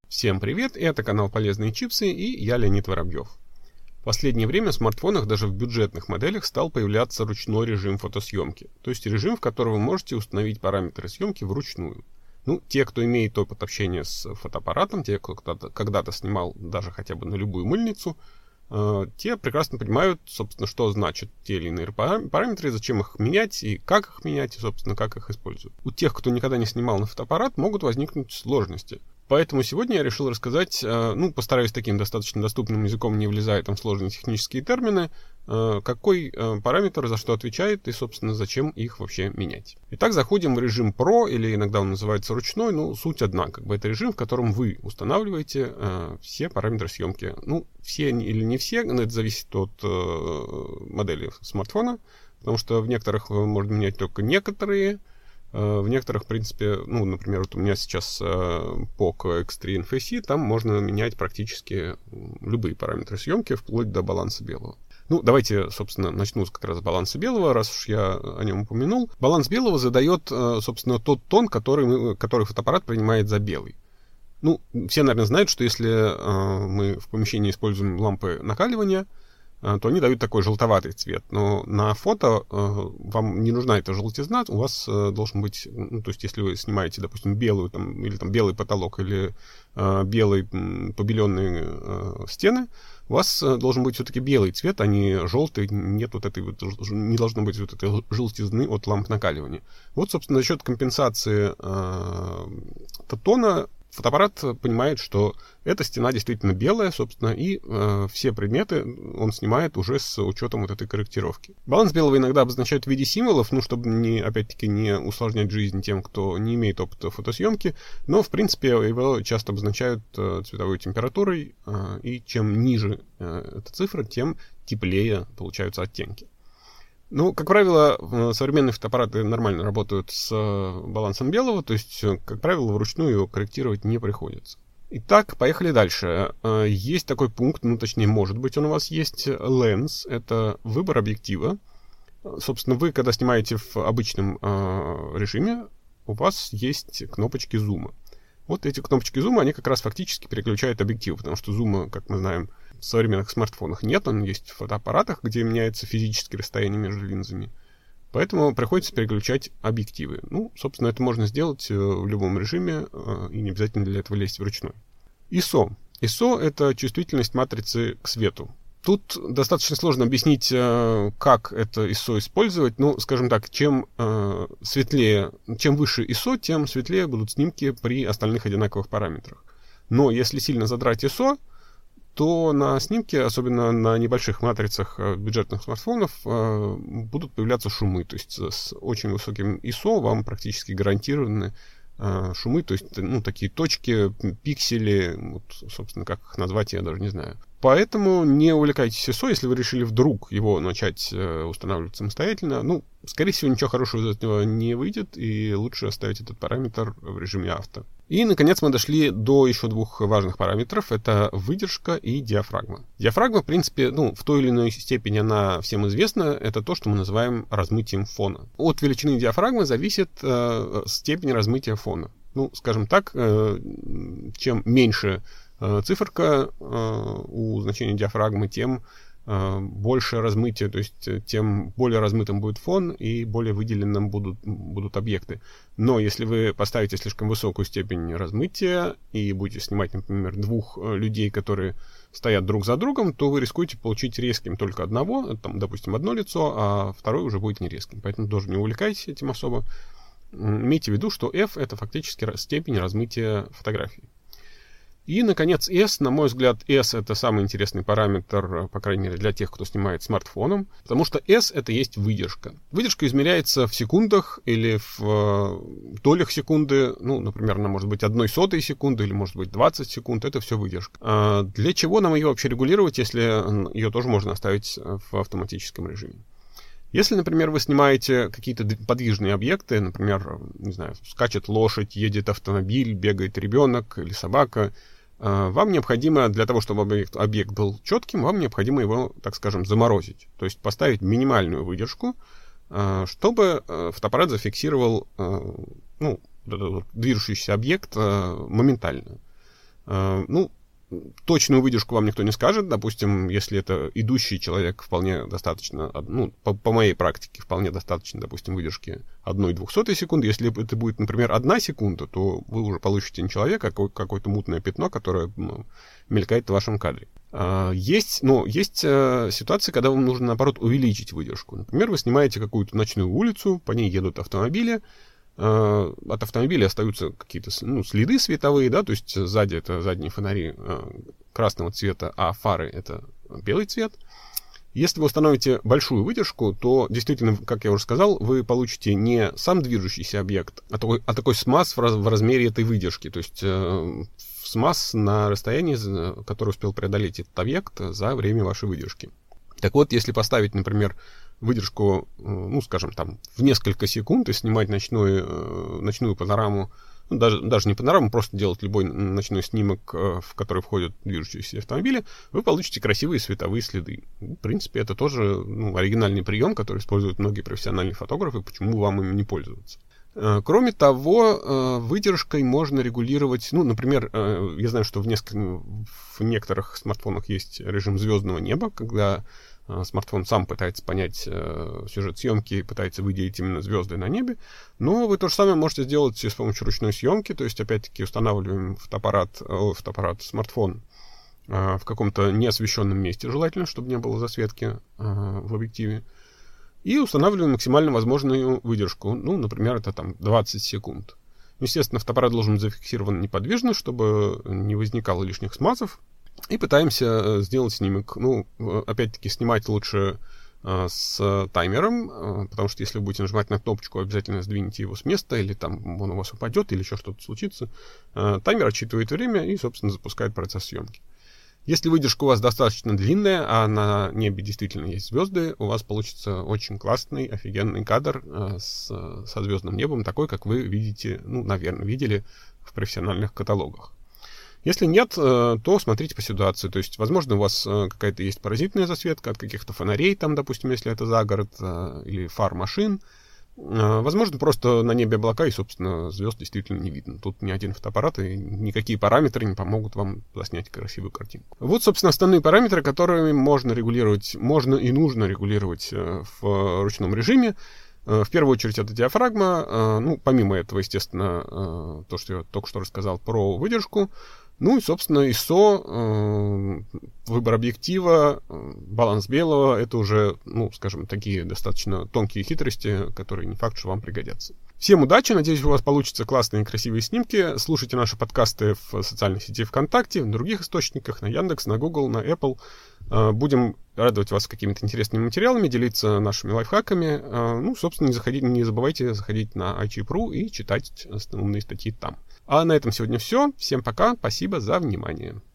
Всем привет, это канал Полезные чипсы и я Леонид Воробьев. В последнее время в смартфонах, даже в бюджетных моделях, стал появляться ручной режим фотосъемки. То есть режим, в котором вы можете установить параметры съемки вручную. Те, кто имеет опыт общения с фотоаппаратом, те, кто когда-то снимал даже хотя бы на любую мыльницу, те прекрасно понимают, собственно, что значат те или иные параметры, зачем их менять и, собственно, как их используют. У тех, кто никогда не снимал на фотоаппарат, могут возникнуть сложности. Поэтому сегодня я решил рассказать, постараюсь таким достаточно доступным языком, не влезая там в сложные технические термины, какой параметр за что отвечает и, собственно, зачем их вообще менять. Итак, заходим в режим Pro, или иногда он называется ручной, суть одна, это режим, в котором вы устанавливаете все параметры съемки. Все или не все, это зависит от модели смартфона, потому что в некоторых можно менять только некоторые. В некоторых, в принципе, например, у меня сейчас POCO X3 NFC, там можно менять практически любые параметры съемки, вплоть до баланса белого. Давайте, собственно, начну как раз с баланса белого, раз уж я о нем упомянул. Баланс белого задает, собственно, тот тон, который фотоаппарат принимает за белый. Все, наверное, знают, что если мы в помещении используем лампы накаливания, то они дают такой желтоватый цвет. Но на фото вам не нужна эта желтизна, у вас должен быть, то есть если вы снимаете, допустим, белую, или белый потолок, или белые побеленные стены, у вас должен быть все-таки белый цвет, а не желтый, не должно быть этой желтизны от ламп накаливания. Собственно, за счет компенсации тона фотоаппарат понимает, что эта стена действительно белая, собственно, и все предметы он снимает уже с учетом этой корректировки. Баланс белого иногда обозначают в виде символов, чтобы опять-таки не усложнять жизнь тем, кто не имеет опыта фотосъемки, но, в принципе, его часто обозначают цветовой температурой, и чем ниже эта цифра, тем теплее получаются оттенки. Как правило, современные фотоаппараты нормально работают с балансом белого, то есть, как правило, вручную его корректировать не приходится. Итак, поехали дальше. Есть такой пункт, точнее, может быть, он у вас есть, Lens, это выбор объектива. Собственно, вы, когда снимаете в обычном режиме, у вас есть кнопочки зума. Эти кнопочки зума, они как раз фактически переключают объектив, потому что зума, как мы знаем, в современных смартфонах нет, он есть в фотоаппаратах, где меняется физически расстояние между линзами. Поэтому приходится переключать объективы. Собственно, это можно сделать в любом режиме, и не обязательно для этого лезть вручную. ISO. ISO — это чувствительность матрицы к свету. Тут достаточно сложно объяснить, как это ISO использовать. Скажем так, чем светлее, чем выше ISO, тем светлее будут снимки при остальных одинаковых параметрах. Но если сильно задрать ISO, то на снимке, особенно на небольших матрицах бюджетных смартфонов, будут появляться шумы. То есть с очень высоким ISO вам практически гарантированы шумы, то есть такие точки, пиксели, собственно, как их назвать, я даже не знаю. Поэтому не увлекайтесь ISO, если вы решили вдруг его начать устанавливать самостоятельно. Скорее всего, ничего хорошего из этого не выйдет, и лучше оставить этот параметр в режиме авто. И, наконец, мы дошли до еще двух важных параметров. Это выдержка и диафрагма. Диафрагма, в принципе, в той или иной степени она всем известна. Это то, что мы называем размытием фона. От величины диафрагмы зависит степень размытия фона. Скажем так, чем меньше циферка у значения диафрагмы, тем больше размытие, то есть тем более размытым будет фон и более выделенным будут объекты. Но если вы поставите слишком высокую степень размытия и будете снимать, например, двух людей, которые стоят друг за другом, то вы рискуете получить резким только одного, допустим, одно лицо, а второй уже будет не резким. Поэтому тоже не увлекайтесь этим особо. Имейте в виду, что F — это фактически степень размытия фотографии. И, наконец, S. На мой взгляд, S — это самый интересный параметр, по крайней мере, для тех, кто снимает смартфоном, потому что S — это есть выдержка. Выдержка измеряется в секундах или в долях секунды, например, она может быть 1/100 секунды или может быть 20 секунд, это все выдержка. Для чего нам ее вообще регулировать, если ее тоже можно оставить в автоматическом режиме? Если, например, вы снимаете какие-то подвижные объекты, например, не знаю, скачет лошадь, едет автомобиль, бегает ребенок или собака, вам необходимо, для того, чтобы объект был четким, вам необходимо его, так скажем, заморозить. То есть поставить минимальную выдержку, чтобы фотоаппарат зафиксировал движущийся объект моментально. Ну, точную выдержку вам никто не скажет. Допустим, если это идущий человек, вполне достаточно, ну, по моей практике, вполне достаточно, допустим, выдержки 1/200 секунды. Если это будет, например, 1 секунда, то вы уже получите не человека, а какое-то мутное пятно, которое мелькает в вашем кадре. Есть ситуации, когда вам нужно, наоборот, увеличить выдержку. Например, вы снимаете какую-то ночную улицу, по ней едут автомобили, от автомобиля остаются какие-то следы световые, да, то есть сзади это задние фонари красного цвета, а фары это белый цвет. Если вы установите большую выдержку, то действительно, как я уже сказал, вы получите не сам движущийся объект, а такой смаз в размере этой выдержки, то есть смаз на расстоянии, которое успел преодолеть этот объект за время вашей выдержки. Так вот, если поставить, например, выдержку, ну, скажем, там, в несколько секунд и снимать ночную панораму, ну, даже не панораму, просто делать любой ночной снимок, в который входят движущиеся автомобили, вы получите красивые световые следы. В принципе, это тоже оригинальный прием, который используют многие профессиональные фотографы, почему вам им не пользоваться. Кроме того, выдержкой можно регулировать, ну, например, я знаю, что в некоторых смартфонах есть режим звездного неба, когда смартфон сам пытается понять сюжет съемки и пытается выделить именно звезды на небе, но вы то же самое можете сделать с помощью ручной съемки, то есть, опять-таки, устанавливаем смартфон в каком-то неосвещенном месте, желательно, чтобы не было засветки в объективе, и устанавливаем максимально возможную выдержку, ну, например, это там 20 секунд. Естественно, фотоаппарат должен быть зафиксирован неподвижно, чтобы не возникало лишних смазов. И пытаемся сделать снимок. Ну, опять-таки, снимать лучше с таймером, потому что если вы будете нажимать на кнопочку, обязательно сдвинете его с места, или там он у вас упадет, или еще что-то случится. Таймер отсчитывает время и, собственно, запускает процесс съемки. Если выдержка у вас достаточно длинная, а на небе действительно есть звезды, у вас получится очень классный, офигенный кадр со звездным небом, такой, как вы видите, ну, наверное, видели в профессиональных каталогах. Если нет, то смотрите по ситуации. То есть, возможно, у вас какая-то есть паразитная засветка от каких-то фонарей, там, допустим, если это за город, или фар машин. Возможно, просто на небе облака, и, собственно, звезд действительно не видно. Тут ни один фотоаппарат и никакие параметры не помогут вам заснять красивую картинку. Вот, собственно, основные параметры, которые можно и нужно регулировать в ручном режиме. В первую очередь, это диафрагма. Ну, помимо этого, естественно, то, что я только что рассказал про выдержку. Ну и, собственно, ISO, выбор объектива, баланс белого — это уже, ну, скажем, такие достаточно тонкие хитрости, которые не факт, что вам пригодятся. Всем удачи, надеюсь, у вас получатся классные и красивые снимки. Слушайте наши подкасты в социальной сети ВКонтакте, в других источниках, на Яндекс, на Google, на Apple. Будем радовать вас какими-то интересными материалами, делиться нашими лайфхаками. Ну, собственно, не забывайте заходить на iChip.ru и читать умные статьи там. А на этом сегодня все. Всем пока. Спасибо за внимание.